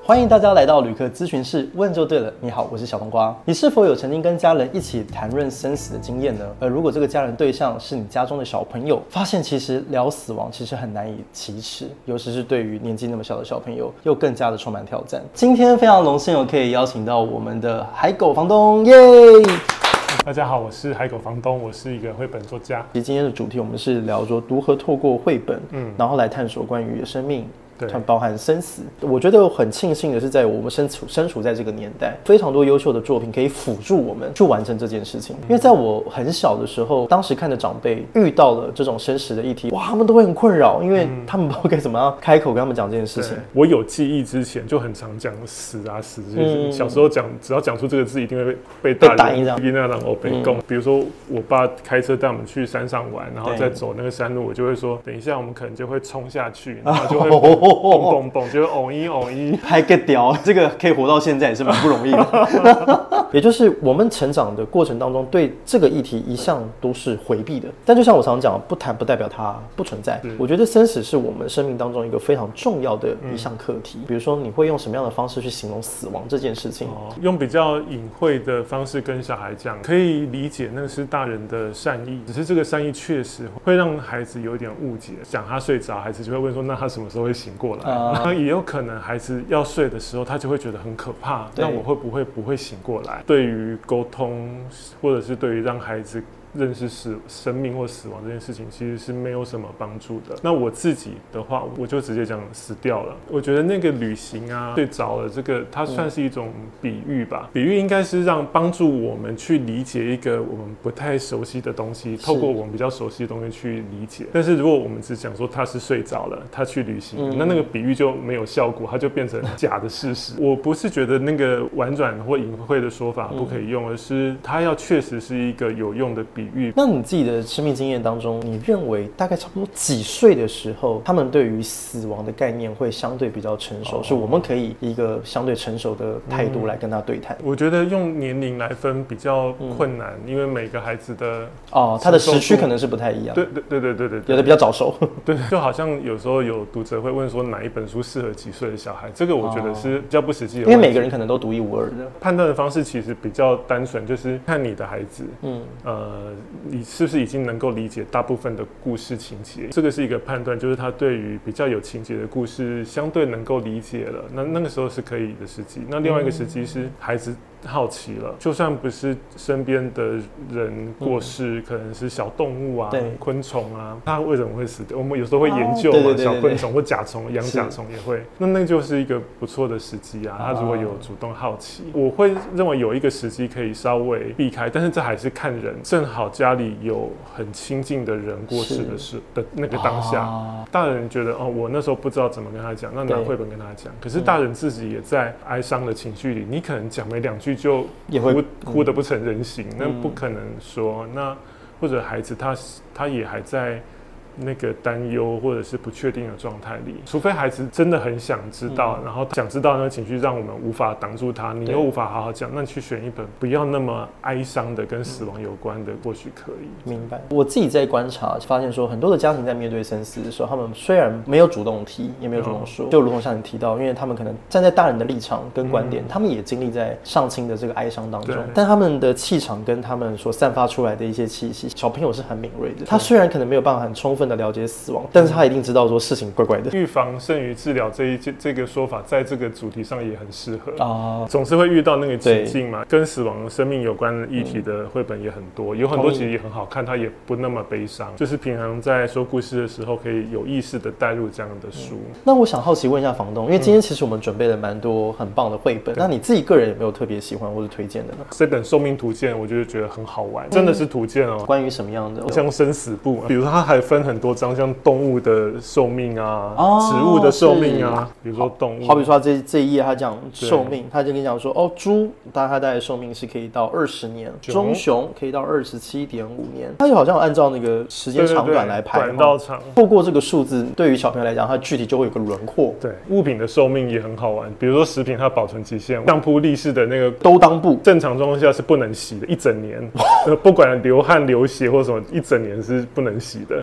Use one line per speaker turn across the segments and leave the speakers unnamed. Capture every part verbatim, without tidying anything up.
欢迎大家来到旅客咨询室，问就对了。你好，我是小冬瓜。你是否有曾经跟家人一起谈论生死的经验呢？而如果这个家人对象是你家中的小朋友，发现其实聊死亡其实很难以启齿，尤其是对于年纪那么小的小朋友，又更加的充满挑战。今天非常荣幸我可以邀请到我们的海狗房东，耶！
大家好，我是海狗房东，我是一个绘本作家。
今天的主题我们是聊说如何透过绘本，嗯，然后来探索关于生命。对，包含生死。我觉得很庆幸的是，在我们身处身处在这个年代，非常多优秀的作品可以辅助我们去完成这件事情。因为在我很小的时候，当时看的长辈遇到了这种生死的议题，哇，他们都会很困扰，因为他们不知道该怎么样开口跟他们讲这件事情。
我有记忆之前就很常讲死啊死，就是小时候讲，只要讲出这个字，一定会被大人打一张，那让我被攻。比如说我爸开车带我们去山上玩，然后再走那个山路，我就会说，等一下我们可能就会冲下去，然后就会蹦蹦蹦，就会偶一偶一，
拍个屌，这个可以活到现在也是蛮不容易的。也就是我们成长的过程当中，对这个议题一向都是回避的。但就像我常讲，不谈不代表它不存在。我觉得生死是我们生命当中一个非常重要的一项课题。嗯、比如说，你会用什么样的方式去形容死亡这件事情？
哦、用比较隐晦的方式跟小孩讲，可以理解那是大人的善意，只是这个善意确实会让孩子有点误解。讲他睡着，孩子就会问说：“那他什么时候会醒过来？”那也有可能孩子要睡的时候，他就会觉得很可怕。那我会不会不会醒过来？对于沟通，或者是对于让孩子认识死生命或死亡这件事情，其实是没有什么帮助的。那我自己的话，我就直接讲死掉了。我觉得那个旅行啊，睡着了，这个它算是一种比喻吧。嗯、比喻应该是让帮助我们去理解一个我们不太熟悉的东西，透过我们比较熟悉的东西去理解。但是如果我们只讲说他是睡着了，他去旅行，嗯、那那个比喻就没有效果，它就变成假的事实。我不是觉得那个婉转或隐晦的说法不可以用，嗯、而是它要确实是一个有用的比喻。
那你自己的生命经验当中，你认为大概差不多几岁的时候，他们对于死亡的概念会相对比较成熟，哦、是我们可以以一个相对成熟的态度来跟他对谈？
嗯、我觉得用年龄来分比较困难，嗯、因为每个孩子的
哦，他的时区可能是不太一样。
对对对对对对，
有的比较早熟。
对，就好像有时候有读者会问说哪一本书适合几岁的小孩，这个我觉得是比较不实际的，
因为每个人可能都独一无二的。
判断的方式其实比较单纯，就是看你的孩子，嗯，呃。你是不是已经能够理解大部分的故事情节？这个是一个判断，就是他对于比较有情节的故事相对能够理解了，那那个时候是可以的时机。那另外一个时机是孩子好奇了，就算不是身边的人过世，嗯、可能是小动物啊、昆虫啊，它为什么会死掉？我们有时候会研究嘛，哦、对对对对小昆虫或甲虫、养甲虫也会。那那就是一个不错的时机啊。他如果有主动好奇，哦、我会认为有一个时机可以稍微避开，但是这还是看人。正好家里有很亲近的人过世的时的那个当下，哦、大人觉得哦，我那时候不知道怎么跟他讲，那拿绘本跟他讲。可是大人自己也在哀伤的情绪里，你可能讲没两句就也会哭得不成人形，嗯、那不可能说。那或者孩子他他也还在那个担忧或者是不确定的状态里，除非孩子真的很想知道，嗯、然后想知道那个情绪让我们无法挡住他，你又无法好好讲，那你去选一本不要那么哀伤的跟死亡有关的，嗯、或许可以。
明白。我自己在观察发现说，很多的家庭在面对生死的时候，他们虽然没有主动提，也没有主动说，嗯、就如同像你提到，因为他们可能站在大人的立场跟观点，嗯、他们也经历在丧亲的这个哀伤当中，但他们的气场跟他们所散发出来的一些气息，小朋友是很敏锐的。他虽然可能没有办法很充分的了解死亡，但是他一定知道说事情怪怪的。
预防胜于治疗这一这个说法，在这个主题上也很适合啊。总是会遇到那个情境嘛，跟死亡、生命有关的议题的绘本也很多，有很多其实也很好看，它也不那么悲伤。就是平常在说故事的时候，可以有意识的带入这样的书。
嗯、那我想好奇问一下房东，因为今天其实我们准备了蛮多很棒的绘本，嗯、那你自己个人有没有特别喜欢或者推荐的呢？
这本《寿命图鉴》我就觉得很好玩，真的是图鉴哦。
关于什么样的？
像生死簿，比如说它还分很多章，像动物的寿命啊，哦、植物的寿命啊，比如说动物，
好比说这这一页他讲寿命，他就跟你讲说，哦，猪大概它大概寿命是可以到二十年，棕熊可以到二十七点五年，它就好像有按照那个时间长短来排，
短到长。
透过这个数字，对于小朋友来讲，它具体就会有个轮廓。
对，物品的寿命也很好玩，比如说食品它保存期限，相扑立式的那个
兜裆布，
正常状况下是不能洗的，一整年，不管流汗流血或什么，一整年是不能洗的。但是像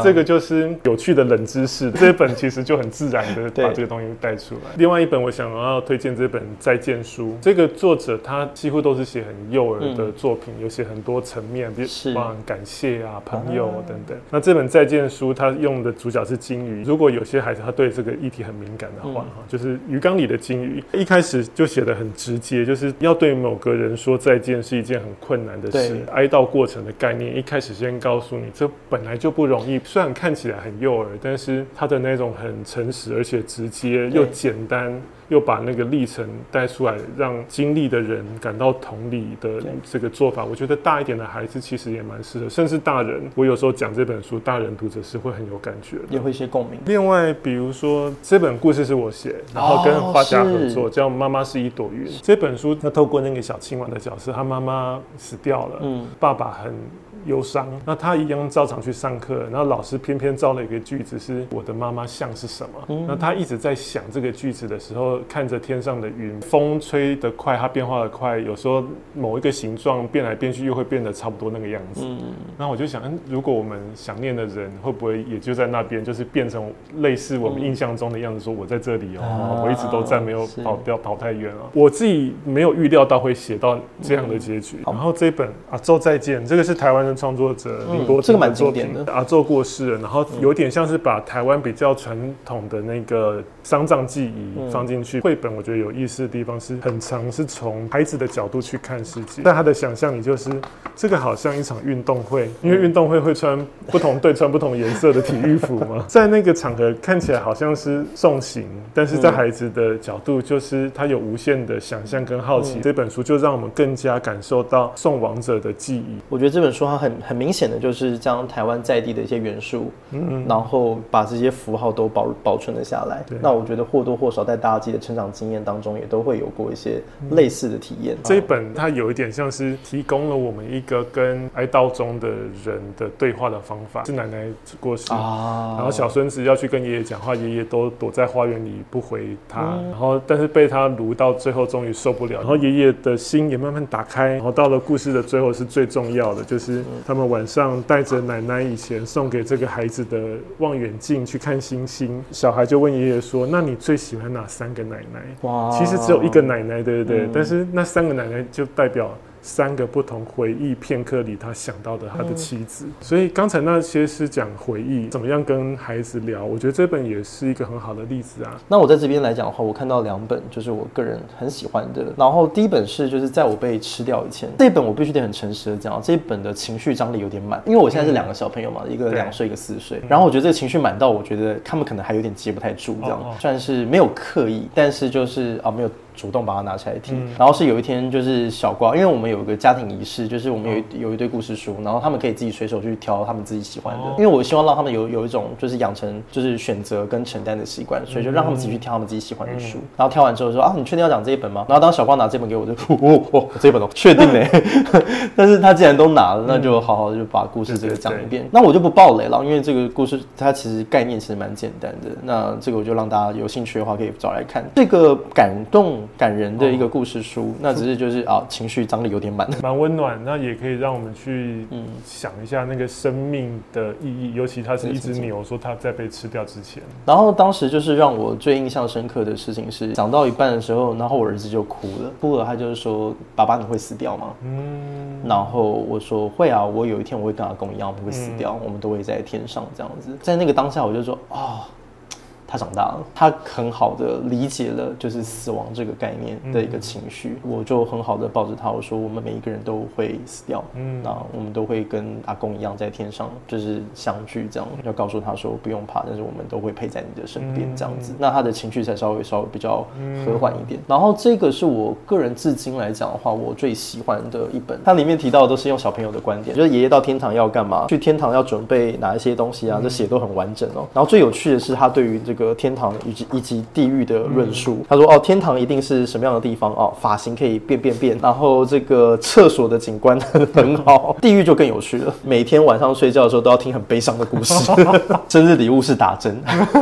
这个就是有趣的冷知识。这本其实就很自然的把这个东西带出来。另外一本我想要推荐这本《再见书》，这个作者他几乎都是写很幼儿的作品，嗯、有写很多层面，比如包含感谢啊、朋友等等。啊、那这本《再见书》他用的主角是金鱼。如果有些孩子他对这个议题很敏感的话，嗯、就是鱼缸里的金鱼，一开始就写得很直接，就是要对某个人说再见是一件很困难的事。哀悼过程的概念，一开始先告诉你，这本来就不容易。虽然看起来很幼儿，但是他的那种很诚实而且直接又简单，又把那个历程带出来，让经历的人感到同理的这个做法，我觉得大一点的孩子其实也蛮适合，甚至大人。我有时候讲这本书，大人读者是会很有感觉的，
也会一些共鸣。
另外，比如说这本故事是我写，然后跟画家合作，哦、叫《妈妈是一朵云》。这本书他透过那个小青蛙的角色，他妈妈死掉了，嗯，爸爸很忧伤，那他一样照常去上课，然后老师偏偏造了一个句子是我的妈妈像是什么，嗯、那他一直在想这个句子的时候，看着天上的云，风吹得快，它变化得快，有时候某一个形状变来变去，又会变得差不多那个样子。嗯，那我就想，嗯，如果我们想念的人会不会也就在那边，就是变成类似我们印象中的样子，说我在这里哦，嗯、我一直都在，没有跑掉跑太远哦。我自己没有预料到会写到这样的结局。嗯、然后这本《阿宙再见》，这个是台湾的创作者林国成的作品，阿宙过世了，然后有点像是把台湾比较传统的那个丧葬记忆放进去。绘本我觉得有意思的地方是很常是从孩子的角度去看世界，在他的想象里就是这个好像一场运动会，因为运动会会穿不同队穿不同颜色的体育服嘛，在那个场合看起来好像是送行，但是在孩子的角度就是他有无限的想象跟好奇。嗯、这本书就让我们更加感受到送亡者的记忆。
我觉得这本书它很很明显的就是将台湾在地的一些元素，嗯，然后把这些符号都保保存了下来。那我觉得或多或少在大家自己的成长经验当中，也都会有过一些类似的体验。嗯、
这一本它有一点像是提供了我们一个跟哀悼中的人的对话的方法。是奶奶过世，啊、然后小孙子要去跟爷爷讲话，爷爷都躲在花园里不回他，嗯、然后但是被他撸到最后终于受不了，然后爷爷的心也慢慢打开，然后到了故事的最后是最重要的，就是他们晚上带着奶奶以前送给这个孩子的望远镜去看星星。小孩就问爷爷说：“那你最喜欢哪三个奶奶？”哇，其实只有一个奶奶，对不对？嗯、但是那三个奶奶就代表三个不同回忆片刻里他想到的他的妻子。嗯、所以刚才那些是讲回忆，怎么样跟孩子聊，我觉得这本也是一个很好的例子啊。
那我在这边来讲的话，我看到两本就是我个人很喜欢的。然后第一本是就是在我被吃掉以前，这一本我必须得很诚实的讲，这一本的情绪张力有点满，因为我现在是两个小朋友嘛，嗯、一个两岁一个四岁，然后我觉得这个情绪满到我觉得他们可能还有点接不太住，这样、哦哦、算是没有刻意，但是就是啊没有主动把它拿起来听。嗯、然后是有一天就是小瓜，因为我们有一个家庭仪式，就是我们有一、哦、有一堆故事书，然后他们可以自己随手去挑他们自己喜欢的，哦、因为我希望让他们有有一种就是养成就是选择跟承担的习惯，所以就让他们自己去挑他们自己喜欢的书。嗯、然后挑完之后说啊，你确定要讲这一本吗？然后当小瓜拿这本给我，就哦哦哦，这一本哦，确定嘞。但是他既然都拿了，那就好好就把故事这个讲一遍。嗯、那我就不爆雷了，因为这个故事它其实概念其实蛮简单的。那这个我就让大家有兴趣的话可以找来看。这个感动感人的一个故事书，哦、那只是就是啊情绪张力有点满，
蛮温暖。那也可以让我们去想一下那个生命的意义，尤其它是一只牛，说它在被吃掉之前。
然后当时就是让我最印象深刻的事情是，讲到一半的时候，然后我儿子就哭了，哭了，他就是说：“爸爸，你会死掉吗？”嗯，然后我说：“会啊，我有一天我会跟阿公一样，我们会死掉，嗯、我们都会在天上这样子。”在那个当下，我就说：“啊、哦。”他长大了，他很好的理解了就是死亡这个概念的一个情绪，嗯、我就很好的抱着他，我说我们每一个人都会死掉，嗯，那我们都会跟阿公一样在天上就是相聚，这样要告诉他说不用怕，但是我们都会陪在你的身边，这样子，嗯、那他的情绪才稍微稍微比较和缓一点。嗯、然后这个是我个人至今来讲的话，我最喜欢的一本，它里面提到的都是用小朋友的观点，就是爷爷到天堂要干嘛，去天堂要准备哪一些东西啊，这写都很完整哦。然后最有趣的是他对于这个天堂以及以及地狱的论述，嗯、他说哦，天堂一定是什么样的地方哦，发型可以变变变，然后这个厕所的景观很好，地狱就更有趣了，每天晚上睡觉的时候都要听很悲伤的故事，生日礼物是打针。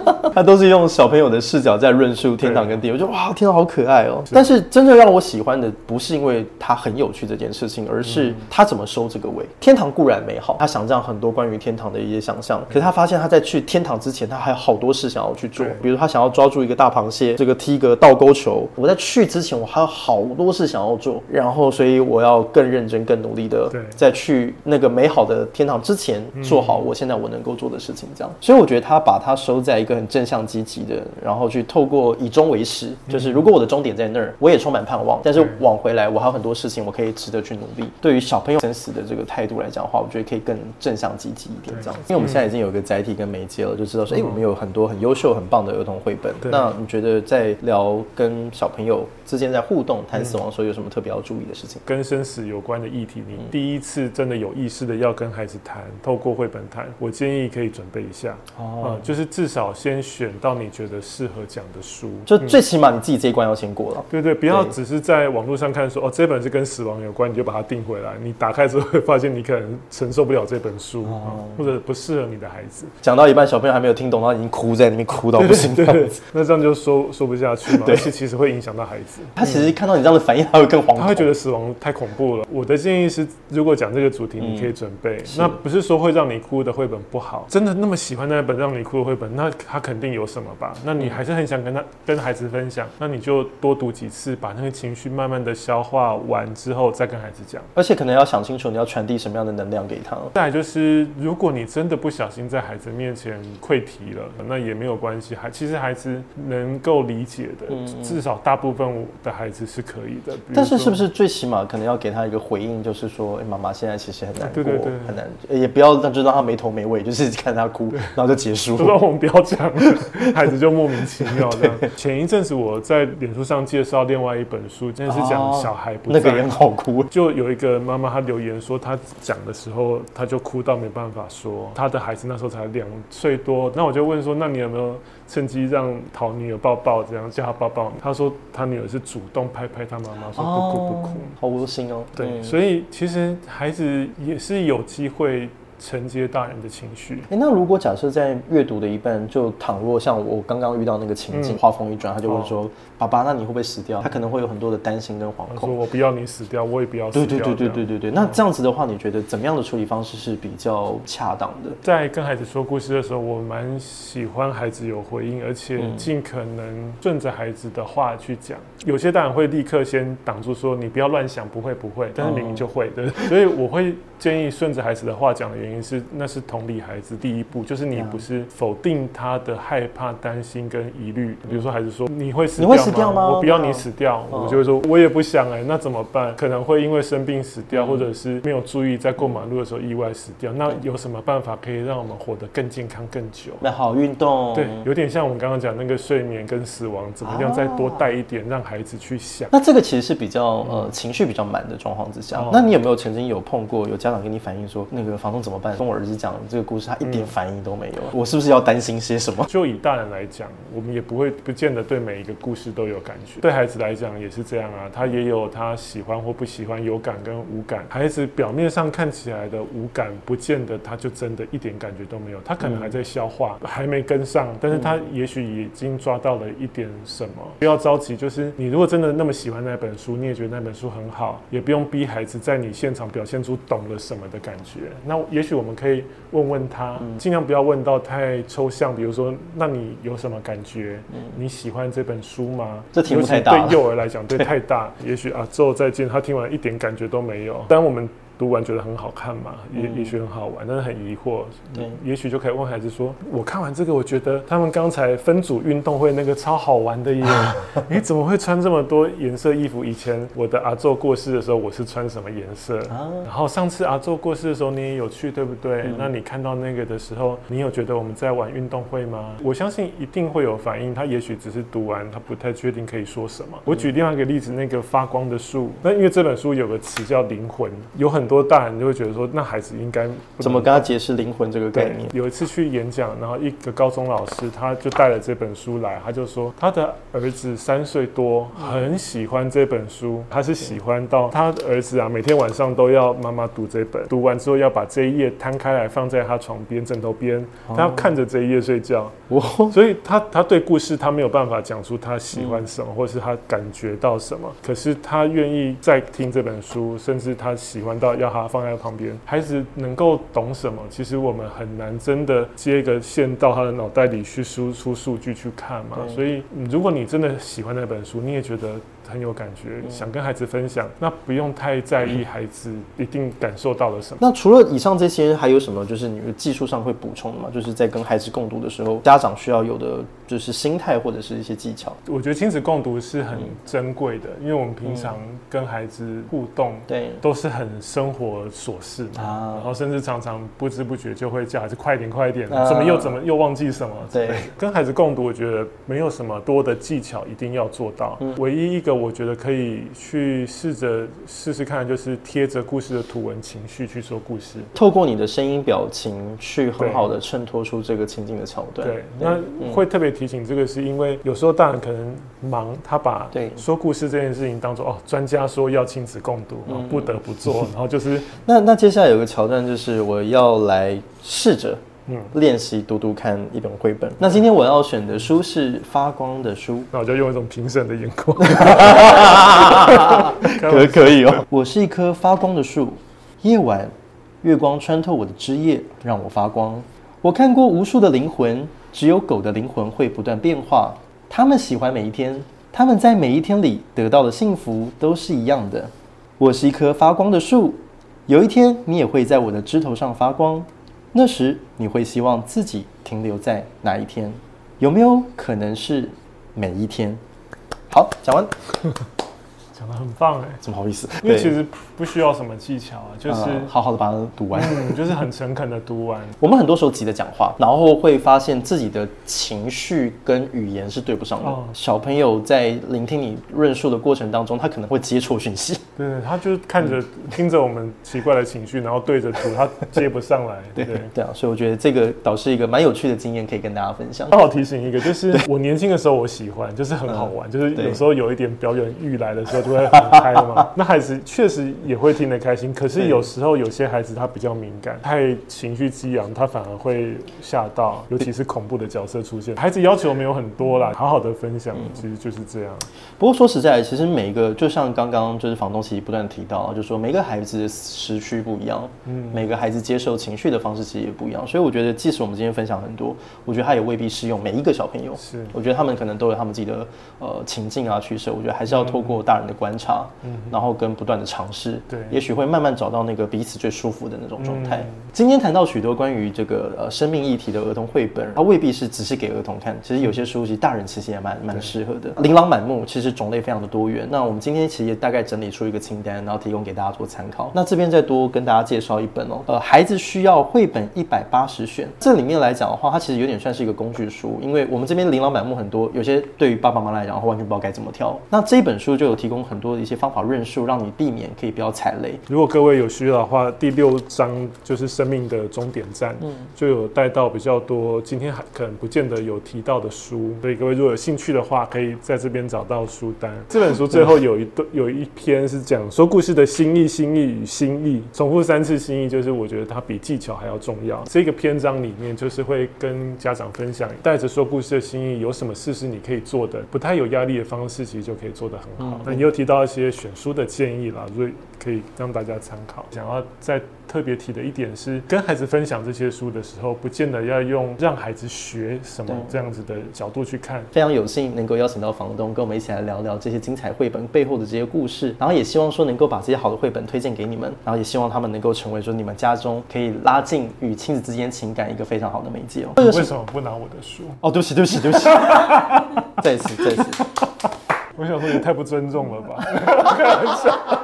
他都是用小朋友的视角在论述天堂跟地狱，我觉得哇，天堂好可爱哦。但是真正让我喜欢的不是因为它很有趣这件事情，而是他怎么收这个尾。天堂固然美好，他想象很多关于天堂的一些想象，可是他发现他在去天堂之前，他还有好多事想要去做，比如他想要抓住一个大螃蟹，这个踢个倒钩球。我在去之前，我还有好多事想要做，然后所以我要更认真、更努力的，在去那个美好的天堂之前，做好我现在我能够做的事情。这样，所以我觉得他把它收在一个很正向积极的，然后去透过以终为始，就是如果我的终点在那儿，我也充满盼望，但是往回来，我还有很多事情我可以值得去努力。对于小朋友生死的这个态度来讲的话，我觉得可以更正向积极一点这样。因为我们现在已经有一个载体跟媒介了，就知道说，哎、欸，我们有很多很优秀、很棒的儿童绘本。那你觉得在聊跟小朋友之间在互动谈死亡的时候，有什么特别要注意的事情？
跟生死有关的议题，你第一次真的有意识的要跟孩子谈，透过绘本谈，我建议可以准备一下。哦、嗯，就是至少先选到你觉得适合讲的书，
就最起码你自己这一关要先过了。
嗯、对对，不要只是在网络上看说哦，这本是跟死亡有关，你就把它订回来。你打开之后会发现你可能承受不了这本书，哦嗯、或者不适合你的孩子。
讲到一半，小朋友还没有听懂，然后已经哭在那边哭到不行，
对对对，那这样就说说不下去嘛。而且其实会影响到孩子。
他其实看到你这样的反应，他会更惶恐，
他会觉得死亡太恐怖了。我的建议是，如果讲这个主题，你可以准备。嗯、那不是说会让你哭的绘本不好，真的那么喜欢那本让你哭的绘本，那他肯定有什么吧？那你还是很想跟他跟孩子分享，那你就多读几次，把那个情绪慢慢的消化完之后，再跟孩子讲。
而且可能要想清楚你要传递什么样的能量给他。
再来就是，如果你真的不小心在孩子面前溃堤了，那也没有关系，还其实孩子能够理解的，嗯嗯至少大部分的孩子是可以的。
但是是不是最起码可能要给他一个回应，就是说，哎、欸，妈妈现在其实很难过，对对对很难，也不要就让他没头没尾，就是看他哭，然后就结束。
就让我们不要讲了，孩子就莫名其妙这样。前一阵子我在脸书上介绍另外一本书，真的是讲小孩不在、
哦，那个也好哭。
就有一个妈妈她留言说，她讲的时候，她就哭到没办法说，她的孩子那时候才两岁多。那我就问说，那你有没有趁机让讨女儿抱抱，这样叫她抱抱？她说她女儿是主动拍拍她妈妈，说不哭不哭，
哦、好窝心哦。
对，嗯、所以其实孩子也是有机会承接大人的情绪。
欸、那如果假设在阅读的一半，就倘若像我刚刚遇到那个情境，话、嗯、锋一转，他就问说：“哦、爸爸，那你会不会死掉？”他可能会有很多的担心跟惶恐。
说我不要你死掉，我也不要死掉。
对对对对对对对。那这样子的话，你觉得怎么样的处理方式是比较恰当的？
在跟孩子说故事的时候，我蛮喜欢孩子有回应，而且尽可能顺着孩子的话去讲。有些大人会立刻先挡住说：“你不要乱想，不会不会。”但是明明就会，对。所以我会建议顺着孩子的话讲的原因是，那是同理孩子第一步，就是你不是否定他的害怕、担心跟疑虑。比如说孩子说：“你会死掉吗？”你会死掉吗？我不要你死掉，我就会说：“我也不想哎、欸，那怎么办？可能会因为生病死掉，或者是没有注意在过马路的时候意外死掉。那有什么办法可以让我们活得更健康、更久？”
那好运动，
对，有点像我们刚刚讲那个睡眠跟死亡，怎么样再多带一点，让孩子去想。
那这个其实是比较呃情绪比较满的状况之下，哦、那你有没有曾经有碰过有家长跟你反映说，那个房东怎么办？跟我儿子讲这个故事，他一点反应都没有，嗯、我是不是要担心些什么？
就以大人来讲，我们也不会不见得对每一个故事都有感觉。对孩子来讲也是这样啊，他也有他喜欢或不喜欢，有感跟无感。孩子表面上看起来的无感，不见得他就真的一点感觉都没有，他可能还在消化，嗯、还没跟上，但是他也许已经抓到了一点什么。不要着急，就是你如果真的那么喜欢那本书，你也觉得那本书很好，也不用逼孩子在你现场表现出懂了什么的感觉。那也许我们可以问问他，尽量不要问到太抽象，比如说，那你有什么感觉？嗯、你喜欢这本书吗？
这题目太大了，
对幼儿来讲，对太大。也许啊，之后再见，他听完一点感觉都没有。当然我们读完觉得很好看嘛，也、嗯、也许很好玩，但是很疑惑。对，也许就可以问孩子说：“我看完这个，我觉得他们刚才分组运动会那个超好玩的耶！你怎么会穿这么多颜色衣服？以前我的阿祖过世的时候，我是穿什么颜色？啊、然后上次阿祖过世的时候，你也有去，对不对？嗯、那你看到那个的时候，你有觉得我们在玩运动会吗？我相信一定会有反应。他也许只是读完，他不太确定可以说什么。我举另外一个例子，那个发光的树，那因为这本书有个词叫灵魂，有很多。 多大人就会觉得说，那孩子应该
怎么跟他解释灵魂这个概念？
有一次去演讲，然后一个高中老师他就带了这本书来，他就说他的儿子三岁多，很喜欢这本书，他是喜欢到他的儿子啊，每天晚上都要妈妈读这本，读完之后要把这一页摊开来放在他床边枕头边，他要看着这一页睡觉。哦、所以他他对故事他没有办法讲出他喜欢什么，嗯、或是他感觉到什么，可是他愿意再听这本书，甚至他喜欢到要他放在旁边。孩子能够懂什么，其实我们很难真的接一个线到他的脑袋里去输出数据去看嘛。所以如果你真的喜欢那本书，你也觉得很有感觉，嗯、想跟孩子分享，那不用太在意孩子一定感受到了什么。
那除了以上这些，还有什么就是你的技术上会补充的吗？就是在跟孩子共读的时候，家长需要有的就是心态或者是一些技巧。
我觉得亲子共读是很珍贵的，因为我们平常跟孩子互动，对，都是很生活琐事嘛，啊、然后甚至常常不知不觉就会叫孩子快一点快一点，啊、怎么又怎么又忘记什么？对，跟孩子共读，我觉得没有什么多的技巧一定要做到，嗯、唯一一个我觉得可以去试着试试看，就是贴着故事的图文情绪去说故事，
透过你的声音表情去很好的衬托出这个情境的桥段。
对，那会特别提醒这个，是因为有时候大人可能忙，他把说故事这件事情当作哦，专家说要亲子共读，然后不得不做，然后就是
那那接下来有个桥段，就是我要来试着。嗯，练习读读看一本绘本。那今天我要选的书是《发光的书》，
那我就用一种评审的眼光，
可可以哦。我是一棵发光的树，夜晚月光穿透我的枝叶，让我发光。我看过无数的灵魂，只有狗的灵魂会不断变化。他们喜欢每一天，他们在每一天里得到的幸福都是一样的。我是一棵发光的树，有一天你也会在我的枝头上发光。那时你会希望自己停留在哪一天？有没有可能是每一天？好，讲完。
讲得很棒哎，
怎么好意思？
因为其实不需要什么技巧啊，就是、
嗯、好好的把它读完，
嗯，就是很诚恳的读完。
我们很多时候急着讲话，然后会发现自己的情绪跟语言是对不上的。哦、小朋友在聆听你论述的过程当中，他可能会接错讯息。
对，他就看着、嗯、听着我们奇怪的情绪，然后对着读，他接不上来。
对对对啊，所以我觉得这个倒是一个蛮有趣的经验，可以跟大家分享。
刚好提醒一个，就是我年轻的时候我喜欢，就是很好玩，嗯、就是有时候有一点表演欲来的时候就会很开嘛。那孩子确实也会听得开心，可是有时候有些孩子他比较敏感，太情绪激昂，他反而会吓到，尤其是恐怖的角色出现。孩子要求没有很多啦，好好的分享，其实就是这样。
不过说实在，其实每一个就像刚刚就是房东其实不断提到，就是说每个孩子的时区不一样，嗯，每个孩子接受情绪的方式其实也不一样，所以我觉得即使我们今天分享很多，我觉得他也未必适用每一个小朋友。是，我觉得他们可能都有他们自己的呃情境啊取舍，我觉得还是要透过大人的观察。嗯，然后跟不断的尝试，对，也许会慢慢找到那个彼此最舒服的那种状态。嗯、今天谈到许多关于这个呃生命议题的儿童绘本，它未必是只是给儿童看，其实有些书籍大人其实也蛮蛮适合的。琳琅满目，其实种类非常的多元。那我们今天其实也大概整理出一个清单，然后提供给大家做参考。那这边再多跟大家介绍一本哦，呃，孩子需要绘本一百八十选。这里面来讲的话，它其实有点算是一个工具书，因为我们这边琳琅满目很多，有些对于爸爸妈妈来讲，完全不知道该怎么挑。那这一本书就有提供很多的一些方法论述，让你避免可以不要踩雷。
如果各位有需要的话，第六章就是生命的终点站，嗯，就有带到比较多今天还可能不见得有提到的书，所以各位如果有兴趣的话，可以在这边找到书单。这本书最后有一段有一篇是讲说故事的心意、心意与心意，重复三次心意，就是我觉得它比技巧还要重要。这个篇章里面就是会跟家长分享，带着说故事的心意有什么事是你可以做的，不太有压力的方式，其实就可以做得很好。那、嗯、你又提到一些选书的建议啦，所以可以让大家参考。想要再特别提的一点是，跟孩子分享这些书的时候，不见得要用让孩子学什么这样子的角度去看。
非常有幸能够邀请到房东，跟我们一起来聊聊这些精彩绘本背后的这些故事，然后也希望说能够把这些好的绘本推荐给你们，然后也希望他们能够成为说你们家中可以拉近与亲子之间情感一个非常好的媒介哦。
为什么不拿我的书？
哦，对不起，对不起，对不起，再一次，再一次。
我想说，你太不尊重了吧？开玩笑。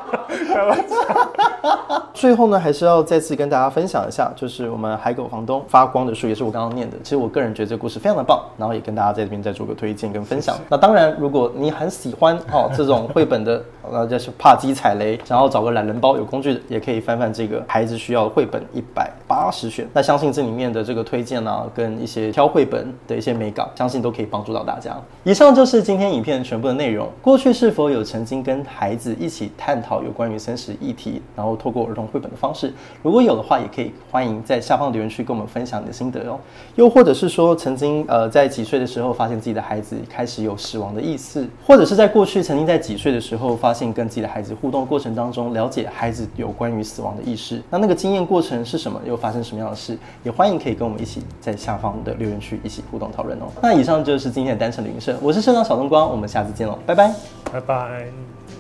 开玩笑。
最后呢，还是要再次跟大家分享一下，就是我们海狗房东发光的书，也是我刚刚念的。其实我个人觉得这个故事非常的棒，然后也跟大家在这边再做个推荐跟分享。那当然，如果你很喜欢哦这种绘本的，呃，就是怕鸡踩雷，然后找个懒人包有工具的，也可以翻翻这个孩子需要的绘本一百八十选。那相信这里面的这个推荐啊，跟一些挑绘本的一些美感，相信都可以帮助到大家。以上就是今天影片全部的内容。过去是否有曾经跟孩子一起探讨有关于生死议题，然后透过儿童绘本的方式？如果有的话，也可以欢迎在下方留言区跟我们分享你的心得哦。又或者是说，曾经呃在几岁的时候发现自己的孩子开始有死亡的意识，或者是在过去曾经在几岁的时候发现跟自己的孩子互动的过程当中，了解孩子有关于死亡的意识，那那个经验过程是什么，又发生什么样的事，也欢迎可以跟我们一起在下方的留言区一起互动讨论哦。那以上就是今天的单程旅行社，我是社长小灯光，我们下次见喽，拜拜，
拜拜。